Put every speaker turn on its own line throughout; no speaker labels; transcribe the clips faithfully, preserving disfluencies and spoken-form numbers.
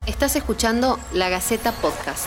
Estás escuchando La Gaceta Podcast.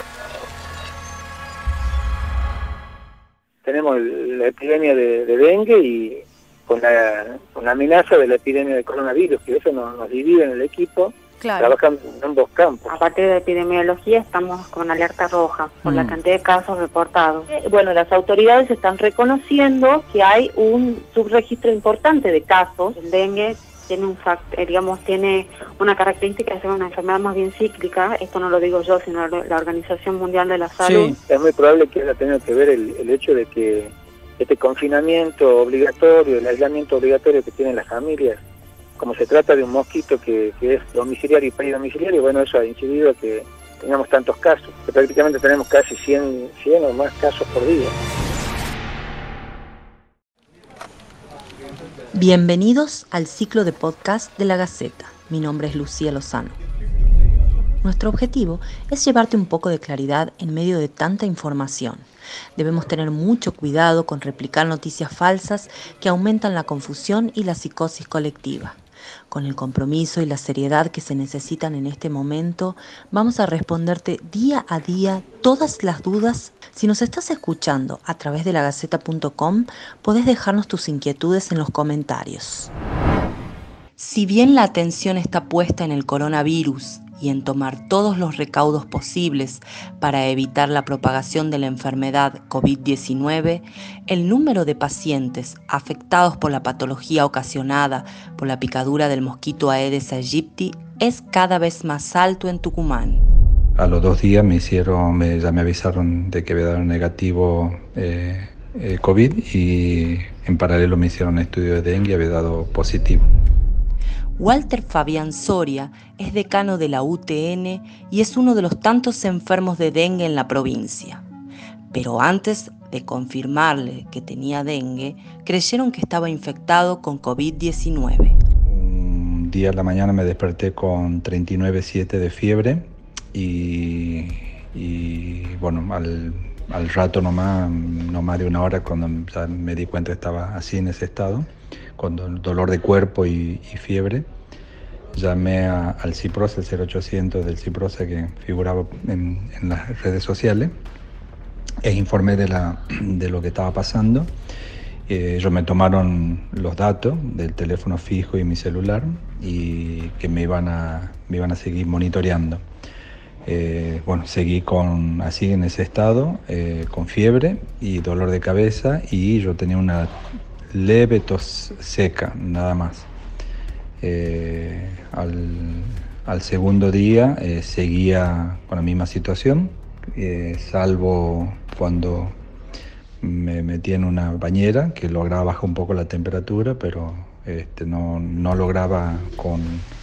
Tenemos la epidemia de, de dengue y con la, con la amenaza de la epidemia de coronavirus, que eso nos, nos divide en el equipo,
claro.
Trabajando en ambos campos.
A partir de epidemiología estamos con alerta roja por mm. la cantidad de casos reportados.
Bueno, las autoridades están reconociendo que hay un subregistro importante de casos.
El dengue tiene un fact, eh, digamos, tiene una característica de ser una enfermedad más bien cíclica. Esto no lo digo yo, sino la Organización Mundial de la Salud.
Sí. Es muy probable que haya tenido que ver el, el hecho de que este confinamiento obligatorio, el aislamiento obligatorio que tienen las familias, como se trata de un mosquito que, que es domiciliario y peridomiciliario, bueno, eso ha incidido a que tengamos tantos casos, que prácticamente tenemos casi cien, cien o más casos por día.
Bienvenidos al ciclo de podcast de La Gaceta. Mi nombre es Lucía Lozano. Nuestro objetivo es llevarte un poco de claridad en medio de tanta información. Debemos tener mucho cuidado con replicar noticias falsas que aumentan la confusión y la psicosis colectiva. Con el compromiso y la seriedad que se necesitan en este momento, vamos a responderte día a día todas las dudas. Si nos estás escuchando a través de la gaceta punto com, podés dejarnos tus inquietudes en los comentarios. Si bien la atención está puesta en el coronavirus y en tomar todos los recaudos posibles para evitar la propagación de la enfermedad covid diecinueve, el número de pacientes afectados por la patología ocasionada por la picadura del mosquito Aedes aegypti es cada vez más alto en Tucumán.
A los dos días me hicieron, me, ya me avisaron de que había dado negativo eh, eh, COVID y en paralelo me hicieron un estudio de dengue y había dado positivo.
Walter Fabián Soria es decano de la U T N y es uno de los tantos enfermos de dengue en la provincia. Pero antes de confirmarle que tenía dengue, creyeron que estaba infectado con covid diecinueve.
Un día a la mañana me desperté con treinta y nueve coma siete de fiebre y, y bueno, al, al rato nomás, no más de una hora, cuando ya me di cuenta que estaba así en ese estado, con dolor de cuerpo y, y fiebre, llamé a, al Ciprosa, el cero ochocientos del Ciprosa que figuraba en, en las redes sociales, e informé de, la, de lo que estaba pasando. Eh, ellos me tomaron los datos del teléfono fijo y mi celular y que me iban a, me iban a seguir monitoreando. Eh, bueno, seguí con, así en ese estado, eh, con fiebre y dolor de cabeza, y yo tenía una leve tos seca, nada más. Eh, al, al segundo día eh, seguía con la misma situación, eh, salvo cuando me metí en una bañera que lograba bajar un poco la temperatura, pero este, no, no lograba con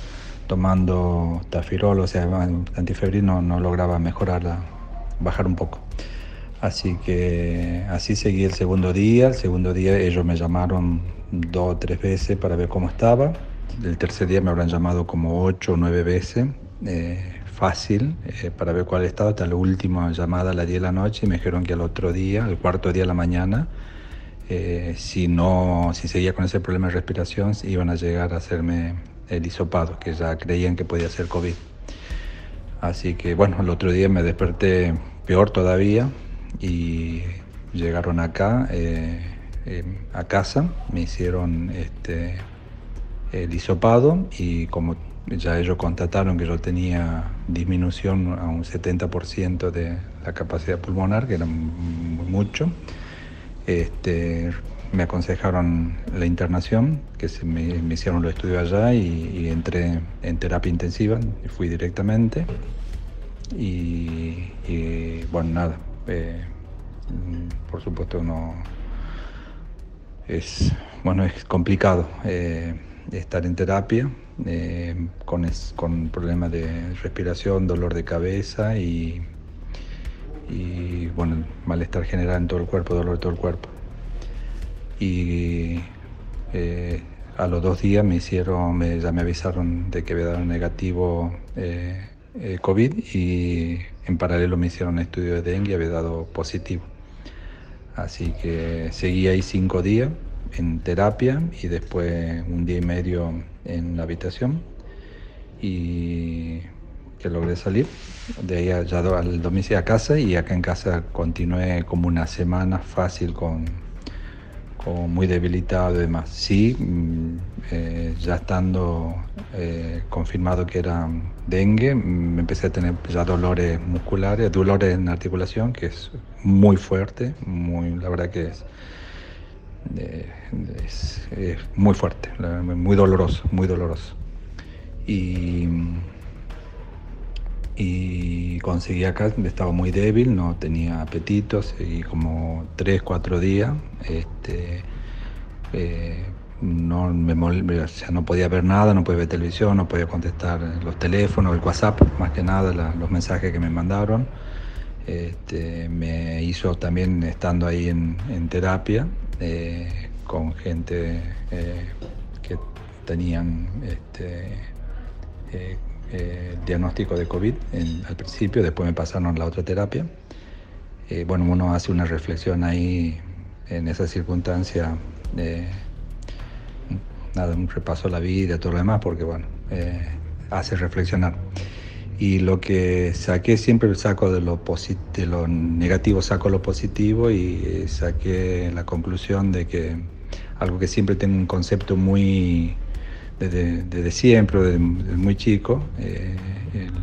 tomando tafirol, o sea, antifebril, no, no lograba mejorarla, bajar un poco. Así que así seguí el segundo día. El segundo día ellos me llamaron dos o tres veces para ver cómo estaba. El tercer día me habrán llamado como ocho o nueve veces, eh, fácil, eh, para ver cuál estaba. Hasta la última llamada a las diez de la noche y me dijeron que al otro día, el cuarto día de la mañana, eh, si no, si seguía con ese problema de respiración, iban a llegar a hacerme el hisopado, que ya creían que podía ser COVID. Así que bueno, el otro día me desperté peor todavía. Y llegaron acá, eh, eh, a casa, me hicieron este, el hisopado y como ya ellos constataron que yo tenía disminución a un setenta por ciento de la capacidad pulmonar, que era mucho, este, me aconsejaron la internación, que se me, me hicieron los estudios allá y, y entré en terapia intensiva, fui directamente y, y bueno, nada. Eh, por supuesto no es bueno es complicado eh, estar en terapia eh, con, es, con problemas de respiración, dolor de cabeza y, y bueno, malestar general en todo el cuerpo, dolor de todo el cuerpo. Y eh, a los dos días me hicieron, me, ya me avisaron de que había dado negativo eh, eh, COVID y en paralelo me hicieron un estudio de dengue y había dado positivo. Así que seguí ahí cinco días en terapia y después un día y medio en la habitación. Y, que logré salir. De ahí allá al domicilio a casa, y acá en casa continué como una semana fácil con, con muy debilitado y demás. Sí, eh, ya estando eh, confirmado que era dengue, me empecé a tener ya dolores musculares, dolores en articulación, que es muy fuerte, muy, la verdad que es, eh, es, es muy fuerte, muy doloroso, muy doloroso. Y, y conseguí acá, estaba muy débil, no tenía apetito, seguí como tres, cuatro días, este, eh, no, me mol, o sea, no podía ver nada, no podía ver televisión, no podía contestar los teléfonos, el WhatsApp, más que nada la, los mensajes que me mandaron. Este, me hizo también estando ahí en, en terapia eh, con gente eh, que tenían este, eh, eh, diagnóstico de COVID en, al principio, después me pasaron la otra terapia. Eh, bueno, uno hace una reflexión ahí en esa circunstancia, eh, nada, un repaso a la vida y todo lo demás, porque bueno, eh, hace reflexionar. Y lo que saqué, siempre saco de lo, de lo negativo, saco lo positivo, y saqué la conclusión de que algo que siempre tengo un concepto muy, desde, desde siempre, desde, desde muy chico, eh, el,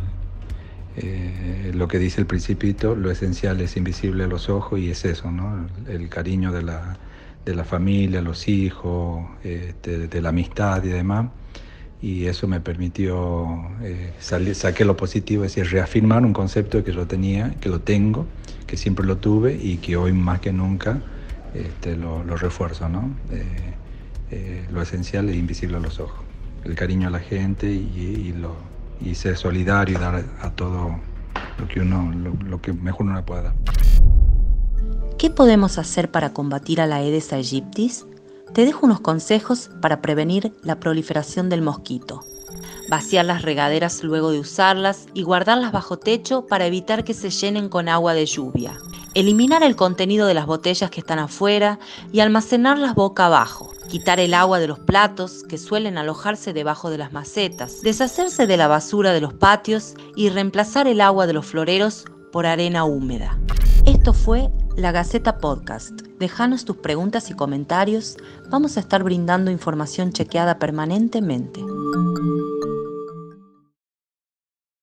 eh, lo que dice el Principito, lo esencial es invisible a los ojos, y es eso, ¿no? El, el cariño de la, de la familia, los hijos, eh, de, de la amistad y demás. Y eso me permitió, eh, salir, saqué lo positivo, es decir, reafirmar un concepto que yo tenía, que lo tengo, que siempre lo tuve y que hoy más que nunca este, lo, lo refuerzo, ¿no? Eh, eh, lo esencial es invisible a los ojos, el cariño a la gente y, y, lo, y ser solidario y dar a todo lo que, uno, lo, lo que mejor uno le pueda dar.
¿Qué podemos hacer para combatir a la Aedes aegyptis? Te dejo unos consejos para prevenir la proliferación del mosquito. Vaciar las regaderas luego de usarlas y guardarlas bajo techo para evitar que se llenen con agua de lluvia. Eliminar el contenido de las botellas que están afuera y almacenarlas boca abajo. Quitar el agua de los platos que suelen alojarse debajo de las macetas. Deshacerse de la basura de los patios y reemplazar el agua de los floreros por arena húmeda. Esto fue La Gaceta Podcast. Déjanos tus preguntas y comentarios. Vamos a estar brindando información chequeada permanentemente.